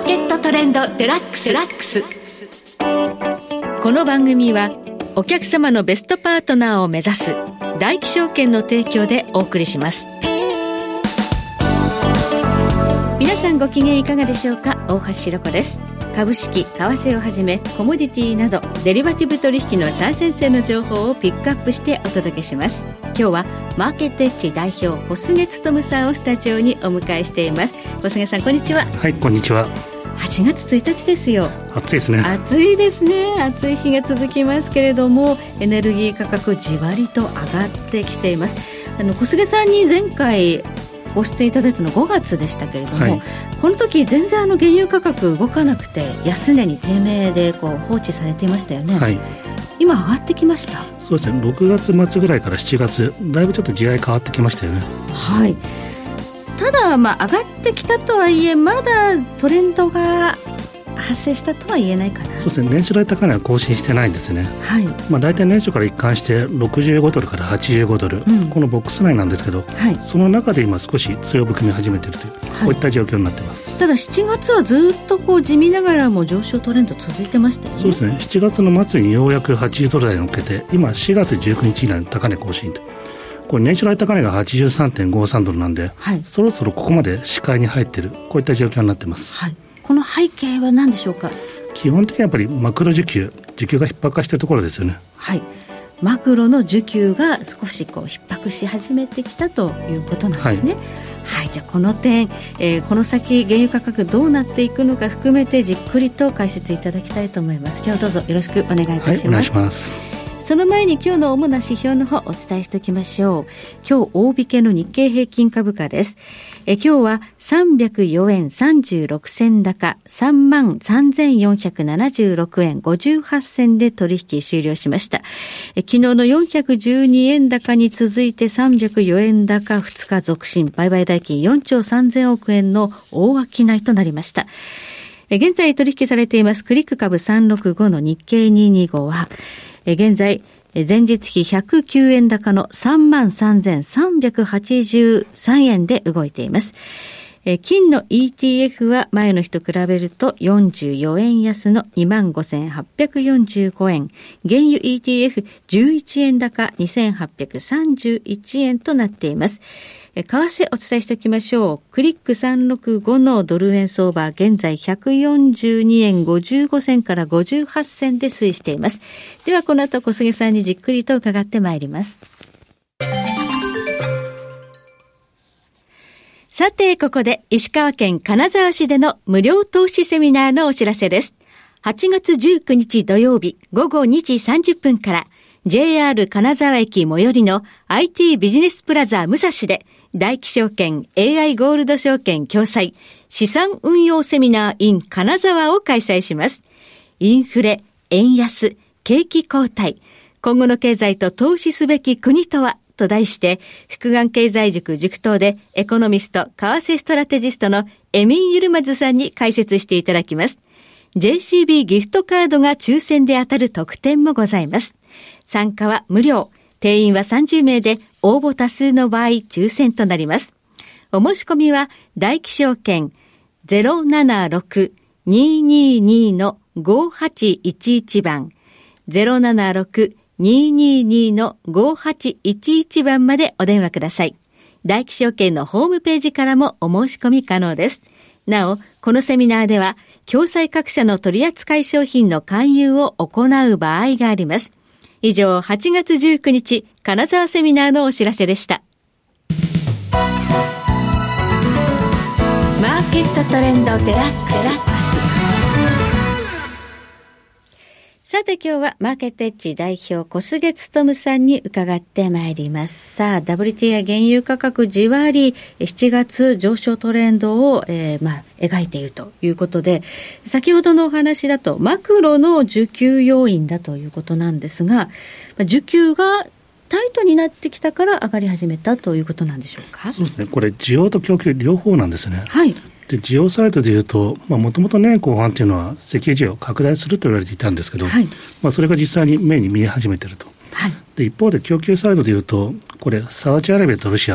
ケットトレンドデラックス。この番組はお客様のベストパートナーを目指す大気証券の提供でお送りします。皆さんご機嫌いかがでしょうか。大橋ひろ子です。株式、為替をはじめコモディティなどデリバティブ取引の最前線の情報をピックアップしてお届けします。今日はマーケットエッジ代表小菅勉さんをスタジオにお迎えしています。小菅さん、こんにちは。 はい、こんにちは。 8月1日ですよ。 暑いですね。 暑いですね。暑い日が続きますけれども、エネルギー価格じわりと上がってきています。小菅さんに前回ご出演いただいたの5月でしたけれども、はい、この時全然原油価格動かなくて安値に低迷で放置されていましたよね。はい、今上がってきました。 そうですね。6月末ぐらいから7月だいぶちょっと地合い変わってきましたよね。 はい。ただ上がってきたとはいえまだトレンドが発生したとは言えないかな。 そうですね。年初来高値は更新してないんですね。はい。大体年初から一貫して65ドルから85ドル、このボックス内なんですけど、はい、その中で今少し強含み始めているという、こういった状況になっています。 ただ7月はずっと地味ながらも上昇トレンド続いてましたよね。 そうですね。7月の末にようやく80ドル台に乗っけて、今4月19日以来の高値更新と。これ年初来高値が 83.53 ドルなんで、はい、そろそろここまで視界に入っている、こういった状況になっています。はい。 この背景は何でしょうか。 基本的にはやっぱりマクロ需給が逼迫化しているところですよね。 はい。マクロの需給が少し逼迫し始めてきたということなんですね。はい。じゃあこの点、この先原油価格どうなっていくのか含めてじっくりと解説いただきたいと思います。今日どうぞよろしくお願いいたします。はい、 お願いします。 その前に今日の主な指標の方お伝えしておきましょう。今日大引けの日経平均株価です。今日は304円36銭高 33,476 円58銭で取引終了しました。昨日の412円高に続いて304円高2日続伸、売買代金4兆3000億円の大商いとなりました。現在取引されていますクリック株365の日経225は現在前日比109円高の 33,383 円で動いています。金の ETF は前の日と比べると44円安の 25,845 円。原油 ETF11 円高 2,831 円となっています。為替お伝えしておきましょう。クリック365のドル円相場、現在142円55銭から58銭で推移しています。ではこの後小菅さんにじっくりと伺ってまいります。さてここで石川県金沢市での無料投資セミナーのお知らせです。8月19日土曜日午後2時30分から JR 金沢駅最寄りの IT ビジネスプラザ武蔵で大気証券 AI ゴールド証券共催資産運用セミナー in 金沢を開催します。インフレ、円安、景気後退、今後の経済と投資すべき国とはと題して福眼経済塾塾頭でエコノミスト為替ストラテジストのエミン・ユルマズさんに解説していただきます。 JCB ギフトカードが抽選で当たる特典もございます。参加は無料、定員は30名で応募多数の場合抽選となります。お申し込みは大気証券 076-222-5811 番 076-222-5811 番までお電話ください。大気証券のホームページからもお申し込み可能です。なお、このセミナーでは共済各社の取扱商品の勧誘を行う場合があります。以上、8月19日金沢セミナーのお知らせでした。マーケットトレンドデラックス。さて今日はマーケットエッジ代表小菅勉さんに伺ってまいります。さあ WTI 原油価格じわり7月上昇トレンドを、描いているということで、先ほどのお話だとマクロの需給要因だということなんですが、需給がタイトになってきたから上がり始めたということなんでしょうか。 そうですね。これ需要と供給両方なんですね。 はい。 で需要サイドでいうともともと年後半というのは石油需要拡大すると言われていたんですけど、はい、それが実際に目に見え始めていると、はい、で一方で供給サイドでいうとこれサウジアラビアとロシア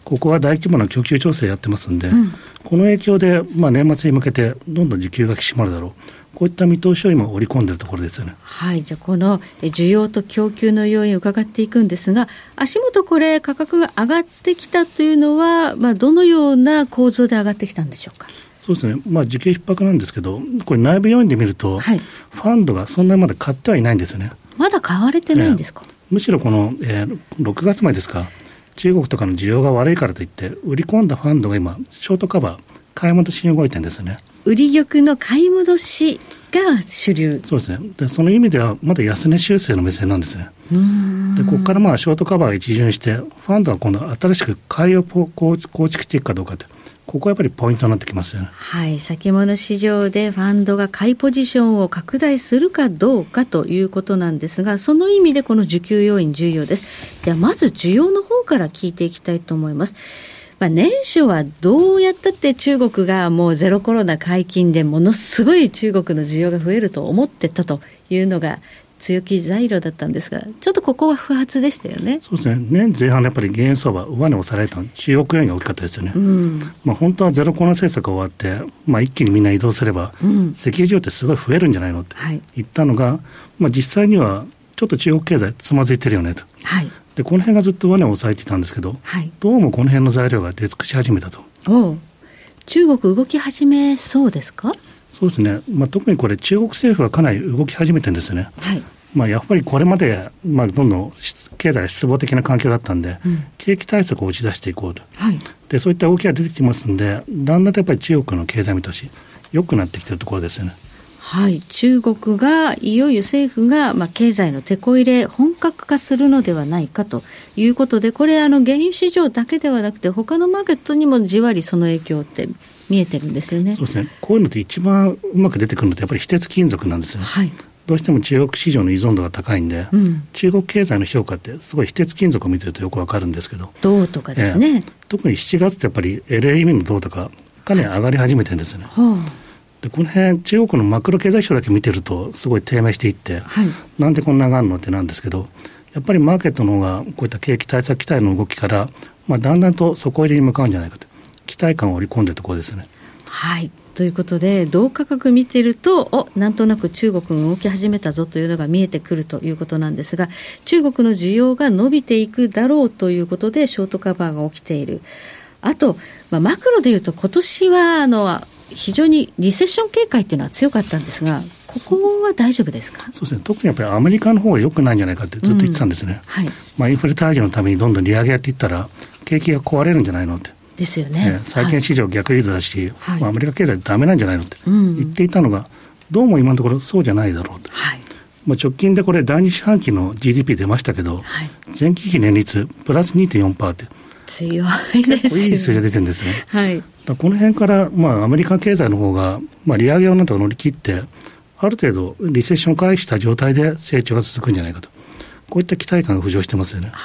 ここは大規模な供給調整やってますんで、この影響で、年末に向けてどんどん需給が引き締まるだろう、こういった見通しを今織り込んでいるところですよね。 はい、じゃあこの需要と供給の要因を伺っていくんですが、足元これ価格が上がってきたというのは、どのような構造で上がってきたんでしょうか。 そうですね、需給逼迫なんですけど、これ内部要因で見ると、ファンドがそんなにまだ買ってはいないんですよね。 まだ買われてないんですか。 むしろこの、6月前ですか、中国とかの需要が悪いからといって売り込んだファンドが今ショートカバー買い戻しに動いてるんですよね。 売り玉の買い戻しが主流。 そうですね。でその意味ではまだ安値修正の目線なんですね。でここからショートカバーが一巡して、ファンドは今度は新しく買いを構築していくかどうかって、ここはやっぱりポイントになってきますよね。 はい、先物市場でファンドが買いポジションを拡大するかどうかということなんですが、その意味でこの需給要因重要です。ではまず需要の方から聞いていきたいと思います。年初はどうやったって中国がもうゼロコロナ解禁でものすごい中国の需要が増えると思ってたというのが強気材料だったんですが、ちょっとここは不発でしたよね。 そうですね。年前半でやっぱり原油相場上値を抑えられたの中国要因が大きかったですよね。本当はゼロコロナ政策が終わって、一気にみんな移動すれば、石油需要ってすごい増えるんじゃないのって言ったのが、実際にはちょっと中国経済つまずいてるよねと。でこの辺がずっと上値を抑えていたんですけど、どうもこの辺の材料が出尽くし始めたと。 中国動き始めそうですか。 そうですね。特にこれ中国政府はかなり動き始めてるんですよね。やっぱりこれまで、どんどん経済が失望的な環境だったんで、景気対策を打ち出していこうと、でそういった動きが出てきますんで、だんだんとやっぱり中国の経済見通し良くなってきているところですよね。 中国がいよいよ政府が、経済のテこ入れ本格化するのではないかということで、これ原油市場だけではなくて他のマーケットにもじわりその影響って見えてるんですよね。 そうですね。こういうのって一番うまく出てくるのってやっぱり非鉄金属なんですよ。どうしても中国市場の依存度が高いんで、中国経済の評価ってすごい非鉄金属を見てるとよくわかるんですけど、 銅とかですね、 特に7月ってやっぱり LAB の銅とかかなり上がり始めてるんですよね。でこの辺中国のマクロ経済指標だけ見てるとすごい低迷していって、なんでこんな上がるのってなんですけど、やっぱりマーケットの方がこういった景気対策期待の動きから、だんだんと底入れに向かうんじゃないかと期待感を織り込んでいるところですね。 ということで銅価格見てるとなんとなく中国が動き始めたぞというのが見えてくるということなんですが、中国の需要が伸びていくだろうということでショートカバーが起きている。あと、マクロでいうと今年は非常にリセッション警戒っていうのは強かったんですが、ここは大丈夫ですか。 そうですね。特にやっぱりアメリカの方が良くないんじゃないかってずっと言ってたんですね。インフレ退治のためにどんどん利上げやっていったら景気が壊れるんじゃないのってですよね。 債券市場逆リードだし、アメリカ経済ダメなんじゃないのって言っていたのが、どうも今のところそうじゃないだろうと。直近でこれ第2四半期の GDP 出ましたけど、前期比年率プラス 2.4% って強いですよね。 いい数字が出てるんですね。この辺から、アメリカ経済の方が、利上げをなんとか乗り切ってある程度リセッションを回避した状態で成長が続くんじゃないかと、こういった期待感が浮上してますよね。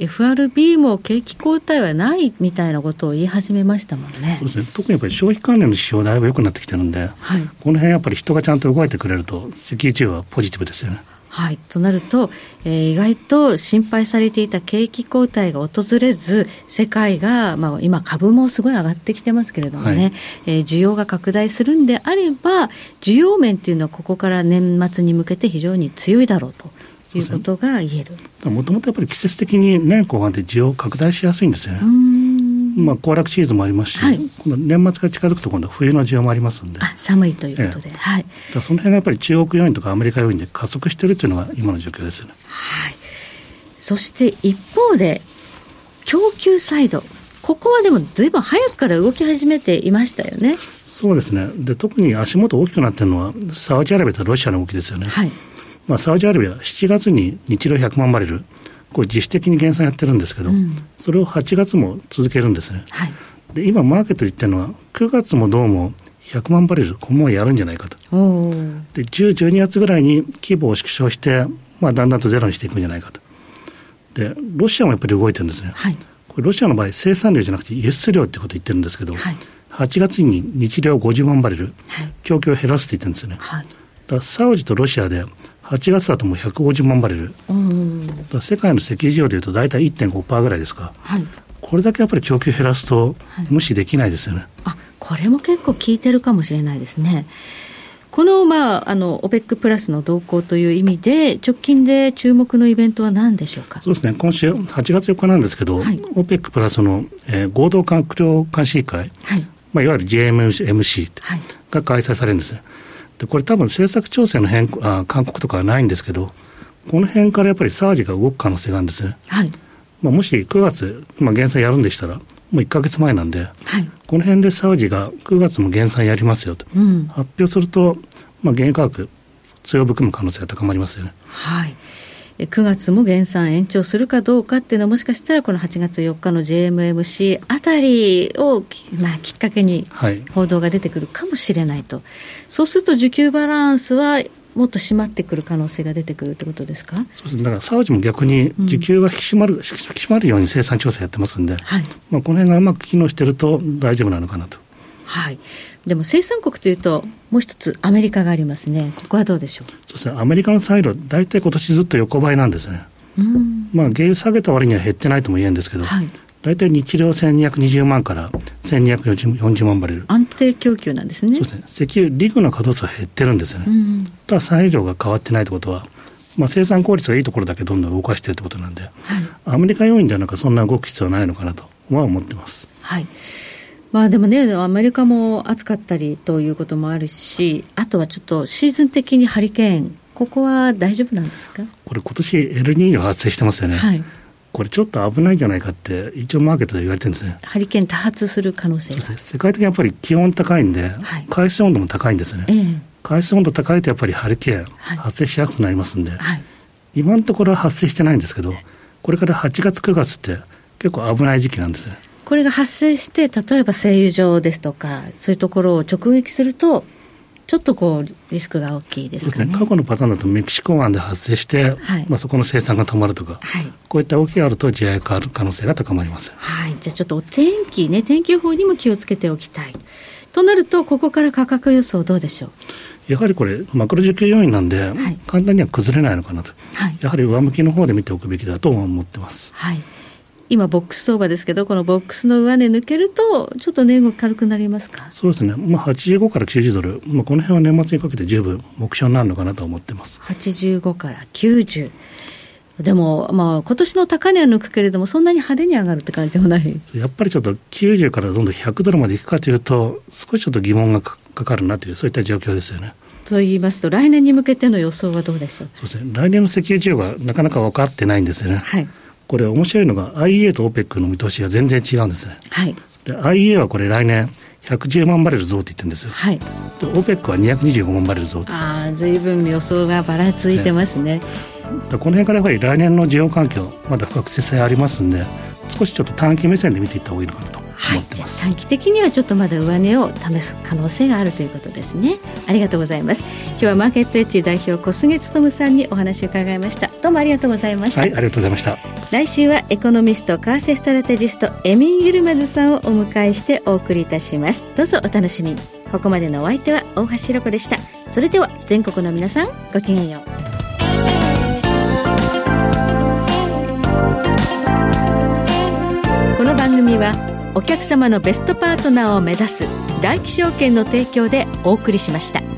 FRB も景気後退はないみたいなことを言い始めましたもんね。 そうですね。特にやっぱり消費関連の指標だいぶ良くなってきてるんで、この辺やっぱり人がちゃんと動いてくれると石油需要はポジティブですよね。 となると、意外と心配されていた景気後退が訪れず、世界が、今株もすごい上がってきてますけれどもね、需要が拡大するんであれば需要面っていうのはここから年末に向けて非常に強いだろうということが言える。 もともとやっぱり季節的に年後半で需要拡大しやすいんですよね。行楽シーズンもありますし、今度年末が近づくと今度冬の需要もありますので、 寒いということで、 その辺がやっぱり中国要因とかアメリカ要因で加速しているというのが今の状況ですよね。 そして一方で供給サイド、ここはでもずいぶん早くから動き始めていましたよね。 そうですね。で特に足元大きくなっているのはサウジアラビアとロシアの動きですよね。サウジアラビア7月に日量100万バレルこれ自主的に減産やってるんですけど、それを8月も続けるんですね。で今マーケットで言ってるのは9月もどうも100万バレルこのままやるんじゃないかと。で10、12月ぐらいに規模を縮小して、だんだんとゼロにしていくんじゃないかと。でロシアもやっぱり動いてるんですね。これロシアの場合生産量じゃなくて輸出量ってことを言ってるんですけど、8月に日量50万バレル、供給を減らすって言ってるんですね。だからサウジとロシアで8月だともう150万バレル、だから世界の石油需要でいうと大体 1.5% ぐらいですか、 これだけやっぱり供給減らすと無視できないですよね。 これも結構効いてるかもしれないですね。この、OPEC プラスの動向という意味で直近で注目のイベントは何でしょうか。 そうですね、今週8月4日なんですけど、OPEC プラスの、合同閣僚監視委員会、いわゆる JMMC が開催されるんですね。でこれ多分政策調整の勧告とかはないんですけど、この辺からやっぱりサウジが動く可能性があるんですね。もし9月、減産やるんでしたらもう1ヶ月前なんで、この辺でサウジが9月も減産やりますよと、発表すると、原油価格強含む可能性が高まりますよね。 9月も減産延長するかどうかっていうのは、もしかしたらこの8月4日の JMMC あたりをきっかけに報道が出てくるかもしれないと、そうすると需給バランスはもっと締まってくる可能性が出てくるってことですか。 そうです。だからサウジも逆に需給が引き締まるように生産調整やってますんで、この辺がうまく機能してると大丈夫なのかなと。 でも生産国というともう一つアメリカがありますね。ここはどうでしょう。 そうですね、アメリカの産油量大体今年ずっと横ばいなんですね。原油下げた割には減ってないとも言えるんですけど、大体日量1220万から1240万バレル、 安定供給なんですね。 そうですね、石油リグの稼働数は減ってるんですよね。ただ産油量が変わってないということは、生産効率がいいところだけどんどん動かしているということなんで、アメリカ要因ではなんかそんな動く必要はないのかなとは思ってます。 でもね、アメリカも暑かったりということもあるし、あとはちょっとシーズン的にハリケーン、ここは大丈夫なんですか。これ今年エルニーニョ発生してますよね。これちょっと危ないんじゃないかって一応マーケットで言われてるんですね。 ハリケーン多発する可能性が。 そうですね、世界的にやっぱり気温高いんで、海水温度も高いんですね。海水温度高いとやっぱりハリケーン発生しやすくなりますんで、今のところは発生してないんですけど、これから8月9月って結構危ない時期なんですね。 これが発生して、例えば製油場ですとかそういうところを直撃するとちょっとリスクが大きいですかね。 過去のパターンだとメキシコ湾で発生して、そこの生産が止まるとか、こういった動きがあると地合いが変わる可能性が高まります。 じゃあちょっとお天気ね、天気予報にも気をつけておきたいとなると、ここから価格予想どうでしょう。やはりこれマクロ需給要因なんで、簡単には崩れないのかなと、やはり上向きの方で見ておくべきだと思ってます。 今ボックス相場ですけど、このボックスの上値抜けるとちょっと値動き軽くなりますか。 そうですね、85から90ドル、この辺は年末にかけて十分目標になるのかなと思ってます。 85から90でも、今年の高値は抜くけれどもそんなに派手に上がるって感じでもない。 やっぱりちょっと90からどんどん100ドルまでいくかというと少しちょっと疑問がかかるなという、そういった状況ですよね。 そう言いますと来年に向けての予想はどうでしょう。 そうですね、来年の石油需要がなかなか分かってないんですよね。これ面白いのが IEA と OPEC の見通しが全然違うんですね。で IEA はこれ来年110万バレル増って言ってるんですよ。で OPEC は225万バレル増。 随分予想がばらついてますね。 この辺からやっぱり来年の需要環境まだ不確実性ありますんで、少しちょっと短期目線で見ていった方がいいのかなと思ってます。 短期的にはちょっとまだ上値を試す可能性があるということですね。ありがとうございます。今日はマーケットエッジ代表小菅勉さんにお話を伺いました。どうもありがとうございました。 ありがとうございました。 来週はエコノミスト為替ストラテジストエミン・ユルマズさんをお迎えしてお送りいたします。どうぞお楽しみに。ここまでのお相手は大橋ろ子でした。それでは全国の皆さんごきげんよう。この番組はお客様のベストパートナーを目指す大気証券の提供でお送りしました。